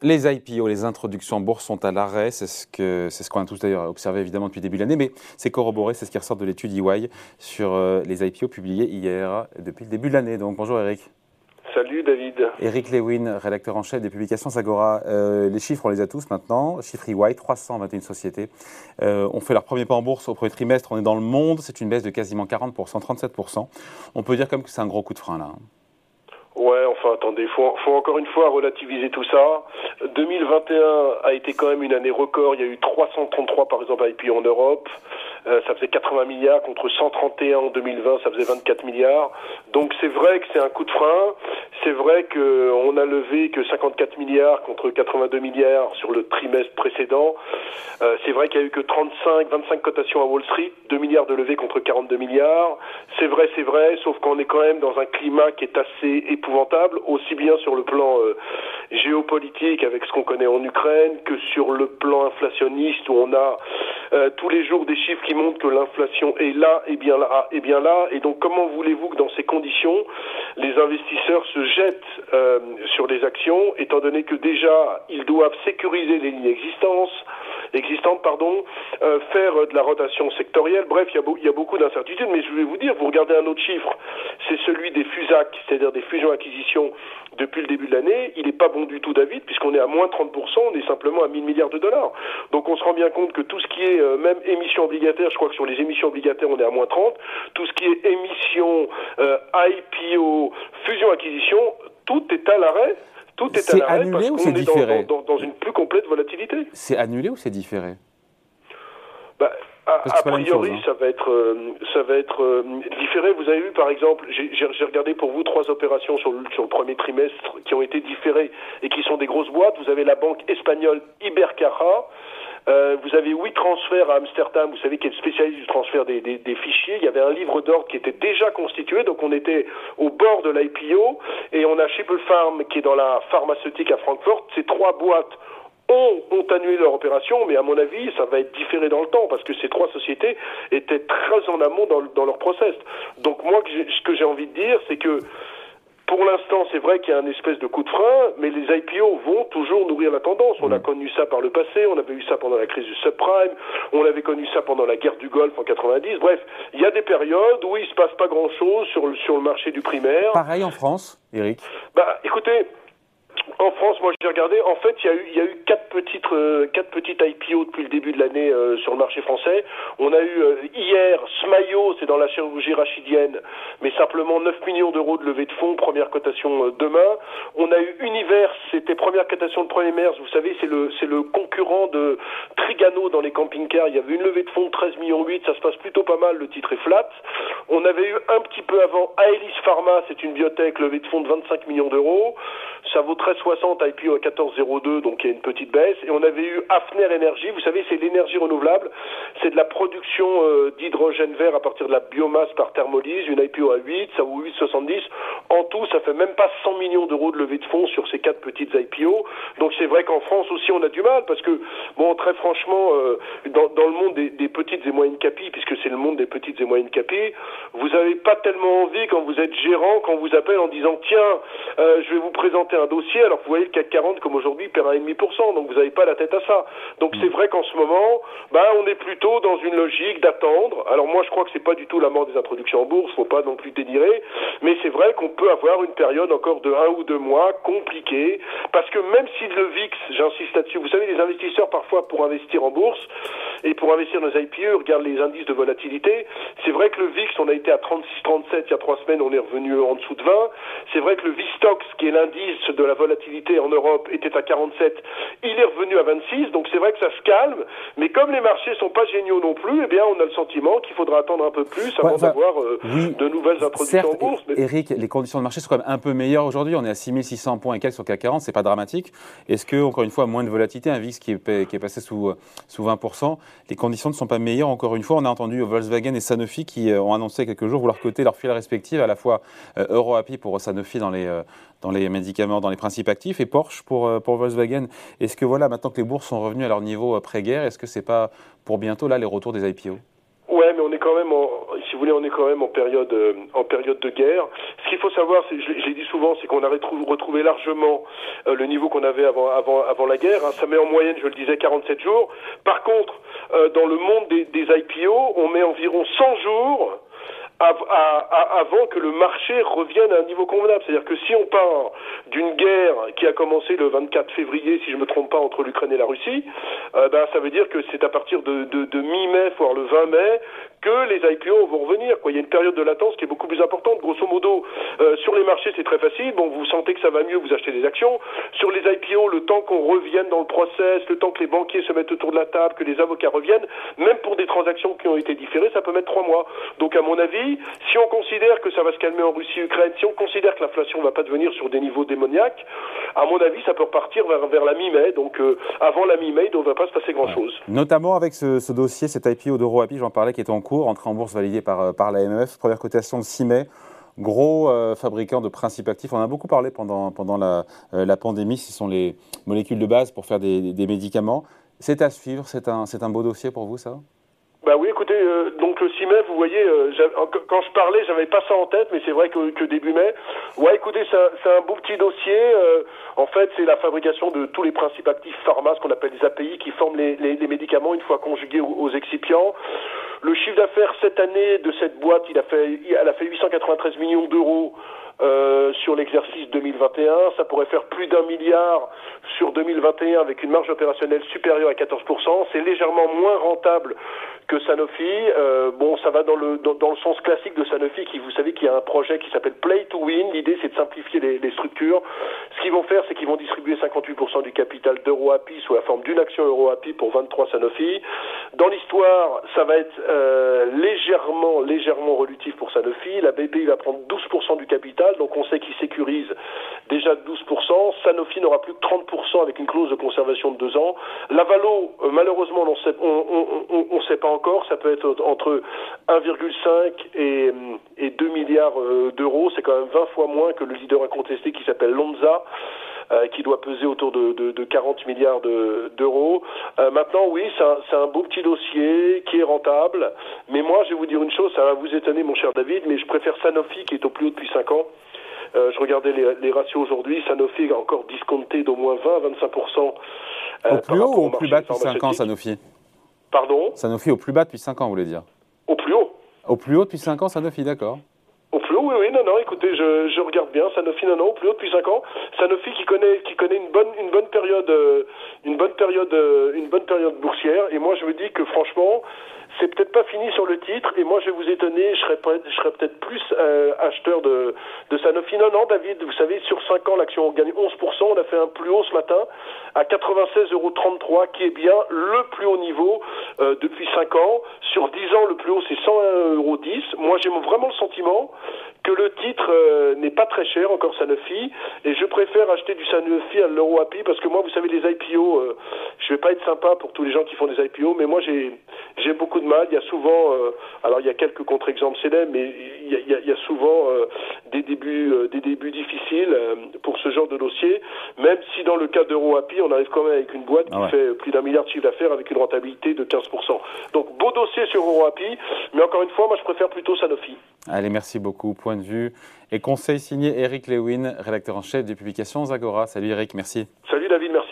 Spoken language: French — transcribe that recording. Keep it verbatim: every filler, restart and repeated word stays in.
Les I P O, les introductions en bourse sont à l'arrêt, c'est ce que c'est ce qu'on a tous d'ailleurs observé évidemment depuis le début de l'année, mais c'est corroboré, c'est ce qui ressort de l'étude E Y sur euh, les I P O publiée hier depuis le début de l'année. Donc bonjour Eric. Salut David. Eric Lewin, rédacteur en chef des publications Agora. Euh, les chiffres, on les a tous maintenant. Chiffre E Y, trois cent vingt et une sociétés euh, ont fait leur premier pas en bourse au premier trimestre. On est dans le monde, c'est une baisse de quasiment quarante pour cent, trente-sept pour cent. On peut dire comme que c'est un gros coup de frein là. Ouais, enfin attendez, il faut, faut encore une fois relativiser tout ça. deux mille vingt et un a été quand même une année record. Il y a eu trois cent trente-trois par exemple I P O en Europe. Euh, ça faisait quatre-vingts milliards contre cent trente et un en deux mille vingt, ça faisait vingt-quatre milliards. Donc c'est vrai que c'est un coup de frein. C'est vrai qu'on a levé que cinquante-quatre milliards contre quatre-vingt-deux milliards sur le trimestre précédent. Euh, c'est vrai qu'il y a eu que trente-cinq, vingt-cinq cotations à Wall Street, deux milliards de levées contre quarante-deux milliards. C'est vrai, c'est vrai, sauf qu'on est quand même dans un climat qui est assez épouvantable, aussi bien sur le plan euh, géopolitique avec ce qu'on connaît en Ukraine que sur le plan inflationniste où on a euh, tous les jours des chiffres qui montrent que l'inflation est là et bien là et bien là. Et donc comment voulez-vous que dans ces conditions les investisseurs se jettent euh, sur les actions, étant donné que déjà ils doivent sécuriser les lignes existantes, existantes pardon, euh, faire de la rotation sectorielle. Bref, il y a, beau, il y a beaucoup d'incertitudes, mais je vais vous dire, vous regardez un autre chiffre, c'est celui des FUSAC, c'est-à-dire des fusions-acquisitions depuis le début de l'année. Il n'est pas bon du tout, David, puisqu'on est à moins trente pour cent, on est simplement à mille milliards de dollars. Donc on se rend bien compte que tout ce qui est euh, même émissions obligataires, je crois que sur les émissions obligataires on est à moins trente, tout ce qui est émissions, euh, I P O, fusion-acquisition, tout est à l'arrêt. Tout est, c'est à l'arrêt annulé parce ou qu'on c'est est différé dans, dans, dans une plus complète volatilité. C'est annulé ou c'est différé? Bah, a, a priori, chose, hein. ça va être, euh, ça va être euh, différé. Vous avez vu, par exemple, j'ai, j'ai regardé pour vous trois opérations sur le, sur le premier trimestre qui ont été différées et qui sont des grosses boîtes. Vous avez la banque espagnole Ibercaja. Euh, vous avez WeTransfer à Amsterdam, vous savez, qui est spécialiste du transfert des, des, des fichiers. Il y avait un livre d'ordre qui était déjà constitué, donc on était au bord de l'I P O. Et on a Schiphol qui est dans la pharmaceutique à Francfort. Ces trois boîtes ont, ont annulé leur opération, mais à mon avis, ça va être différé dans le temps, parce que ces trois sociétés étaient très en amont dans, dans leur process. Donc moi, ce que j'ai envie de dire, c'est que pour l'instant, c'est vrai qu'il y a un espèce de coup de frein, mais les I P O vont toujours nourrir la tendance. On a connu ça par le passé, on avait eu ça pendant la crise du subprime, on avait connu ça pendant la guerre du Golfe en quatre-vingt-dix. Bref, il y a des périodes où il se passe pas grand-chose sur le, sur le marché du primaire. Pareil en France, Eric? Bah, écoutez, en France, moi j'ai regardé, en fait il y a eu, il y a eu quatre petites, euh, quatre petites I P O depuis le début de l'année euh, sur le marché français. On a eu euh, hier Smayo, c'est dans la chirurgie rachidienne, mais simplement neuf millions d'euros de levée de fonds, première cotation euh, demain. On a eu Univers, c'était première cotation de premier mars, vous savez, c'est le, c'est le concurrent de Trigano dans les camping-cars. Il y avait une levée de fonds de treize virgule huit millions, ça se passe plutôt pas mal, le titre est flat. On avait eu un petit peu avant Aelis Pharma, c'est une biotech, levée de fonds de vingt-cinq millions d'euros. Ça vaut treize soixante, I P O à quatorze virgule zéro deux, donc il y a une petite baisse. Et on avait eu Hafner Energy, vous savez, c'est l'énergie renouvelable, c'est de la production euh, d'hydrogène vert à partir de la biomasse par thermolyse, une I P O à huit, ça vaut huit virgule soixante-dix. En tout, ça fait même pas cent millions d'euros de levée de fonds sur ces quatre petites I P O. Donc c'est vrai qu'en France aussi, on a du mal, parce que, bon, très franchement, euh, dans, dans le monde des, des petites et moyennes capis, puisque c'est le monde des petites et moyennes capis, vous n'avez pas tellement envie, quand vous êtes gérant, quand on vous appelle en disant, tiens, euh, je vais vous présenter un dossier, alors que vous voyez le C A C quarante comme aujourd'hui perd un virgule cinq pour cent, donc vous n'avez pas la tête à ça. Donc c'est vrai qu'en ce moment, bah, on est plutôt dans une logique d'attendre. Alors moi je crois que c'est pas du tout la mort des introductions en bourse, faut pas non plus dénirer, mais c'est vrai qu'on peut avoir une période encore de un ou deux mois compliquée, parce que même si le V I X, j'insiste là-dessus, vous savez les investisseurs parfois pour investir en bourse et pour investir dans les I P O, regardent les indices de volatilité, c'est vrai que le V I X, on a été à trente-six trente-sept il y a trois semaines, on est revenu en dessous de vingt, c'est vrai que le V I STOXX, qui est l'indice de la volatilité en Europe, était à quarante-sept, il est revenu à vingt-six, donc c'est vrai que ça se calme, mais comme les marchés sont pas géniaux non plus, eh bien on a le sentiment qu'il faudra attendre un peu plus avant ouais, enfin, d'avoir euh, oui, de nouvelles introductions certes, en bourse. Mais... Eric, les conditions de marché sont quand même un peu meilleures aujourd'hui, on est à six mille six cents points et quelques sur le C A C quarante, c'est pas dramatique. Est-ce que, encore une fois, moins de volatilité, un V I X qui est, qui est passé sous, sous vingt pour cent, les conditions ne sont pas meilleures encore une fois? On a entendu Volkswagen et Sanofi qui ont annoncé il y a quelques jours vouloir coter leurs filiales respectives, à la fois euh, EuroAPI pour Sanofi dans les, euh, dans les médicaments, dans les principes actifs, et Porsche pour, euh, pour Volkswagen. Est-ce que voilà, maintenant que les bourses sont revenues à leur niveau après-guerre, est-ce que c'est pas pour bientôt là les retours des I P O? Ouais, mais on est quand même, en, si vous voulez, on est quand même en période, euh, en période de guerre. Ce qu'il faut savoir, c'est, je, je l'ai dit souvent, c'est qu'on a retrouvé largement euh, le niveau qu'on avait avant, avant, avant la guerre. Hein. Ça met en moyenne, je le disais, quarante-sept jours. Par contre, euh, dans le monde des, des I P O, on met environ cent jours avant que le marché revienne à un niveau convenable. C'est-à-dire que si on part d'une guerre qui a commencé le vingt-quatre février, si je ne me trompe pas, entre l'Ukraine et la Russie, euh, ben, ça veut dire que c'est à partir de, de, de mi-mai, voire le vingt mai, que les I P O vont revenir, quoi. Il y a une période de latence qui est beaucoup plus importante. Grosso modo, euh, sur les marchés, c'est très facile. Bon, vous sentez que ça va mieux, vous achetez des actions. Sur les I P O, le temps qu'on revienne dans le process, le temps que les banquiers se mettent autour de la table, que les avocats reviennent, même pour des transactions qui ont été différées, ça peut mettre trois mois. Donc, à mon avis, si on considère que ça va se calmer en Russie-Ukraine, si on considère que l'inflation ne va pas devenir sur des niveaux démoniaques, à mon avis, ça peut repartir vers, vers la mi-mai. Donc, euh, avant la mi-mai, il ne devrait pas se passer grand-chose. Ouais. Notamment avec ce, ce dossier, cet I P O d'EuroAPI, j'en parlais, qui est en cours, entrée en bourse validée par, par la M M F, première cotation de six mai. Gros euh, fabricant de principes actifs. On en a beaucoup parlé pendant, pendant la, euh, la pandémie. Ce sont les molécules de base pour faire des, des médicaments. C'est à suivre. C'est un, c'est un beau dossier pour vous, ça ? Bah oui, écoutez, euh, donc le six mai, vous voyez, euh, quand je parlais, j'avais pas ça en tête, mais c'est vrai que, que début mai. Ouais, écoutez, c'est un, c'est un beau petit dossier. Euh, en fait, c'est la fabrication de tous les principes actifs pharma, ce qu'on appelle les A P I, qui forment les, les, les médicaments une fois conjugués aux, aux excipients. Le chiffre d'affaires cette année de cette boîte, il a fait, elle a fait huit cent quatre-vingt-treize millions d'euros. Euh, sur l'exercice deux mille vingt et un, ça pourrait faire plus d'un milliard sur deux mille vingt et un avec une marge opérationnelle supérieure à quatorze pour cent. C'est légèrement moins rentable que Sanofi. Euh, bon, ça va dans le dans, dans le sens classique de Sanofi, qui, vous savez, qu'il y a un projet qui s'appelle Play to Win. L'idée, c'est de simplifier les, les structures. Ce qu'ils vont faire, c'est qu'ils vont distribuer cinquante-huit pour cent du capital d'EuroAPI sous la forme d'une action EuroAPI pour vingt-trois Sanofi. Dans l'histoire, ça va être euh, légèrement légèrement relutif pour Sanofi. La B P I va prendre douze pour cent du capital. Donc on sait qu'ils sécurisent déjà douze pour cent. Sanofi n'aura plus que trente pour cent avec une clause de conservation de deux ans. Lavalo, euh, malheureusement, on ne sait, on, on, on sait pas encore. Ça peut être entre un virgule cinq et, et deux milliards euh, d'euros. C'est quand même vingt fois moins que le leader incontesté qui s'appelle Lonza. Euh, qui doit peser autour de, de, de quarante milliards de, d'euros. Euh, maintenant, oui, c'est un, c'est un beau petit dossier qui est rentable. Mais moi, je vais vous dire une chose, ça va vous étonner, mon cher David, mais je préfère Sanofi, qui est au plus haut depuis cinq ans. Euh, je regardais les, les ratios aujourd'hui. Sanofi a encore discounté d'au moins vingt à vingt-cinq pour cent. Euh, au plus haut ou au plus bas depuis cinq ans, Sanofi ? Pardon ? Sanofi au plus bas depuis cinq ans, vous voulez dire ? Au plus haut. Au plus haut depuis cinq ans, Sanofi, d'accord. Au plus haut, oui, oui, non, non, écoutez, je, je regarde bien, Sanofi, non, non, au plus haut depuis cinq ans. Sanofi qui connaît, qui connaît une bonne, une bonne période, euh, une bonne période, euh, une bonne période boursière. Et moi, je me dis que franchement, c'est peut-être pas fini sur le titre. Et moi, je vais vous étonner, je serais, je serais peut-être plus euh, acheteur de, de Sanofi. Non, non, David, vous savez, sur cinq ans, l'action gagne onze pour cent. On a fait un plus haut ce matin à quatre-vingt-seize euros trente-trois, qui est bien le plus haut niveau euh, depuis cinq ans. Sur dix ans, le plus haut, c'est cent un euros dix. Moi, j'ai vraiment le sentiment que le titre euh, n'est pas très cher, encore Sanofi, et je préfère acheter du Sanofi à l'EuroAPI, parce que moi, vous savez, les I P O, euh, je vais pas être sympa pour tous les gens qui font des I P O, mais moi, j'ai j'ai beaucoup de mal. Il y a souvent, euh, alors il y a quelques contre-exemples célèbres, mais il y a, il y a souvent euh, des débuts euh, des débuts difficiles euh, pour ce genre de dossier, même si dans le cas d'EuroAPI, on arrive quand même avec une boîte qui ah ouais. fait plus d'un milliard de chiffre d'affaires avec une rentabilité de quinze pour cent. Donc, beau dossier sur EuroAPI, mais encore une fois, moi, je préfère plutôt Sanofi. Allez, merci beaucoup. Point de vue et conseil signé Eric Lewin, rédacteur en chef des publications Zagora. Salut Eric, merci. Salut David, merci.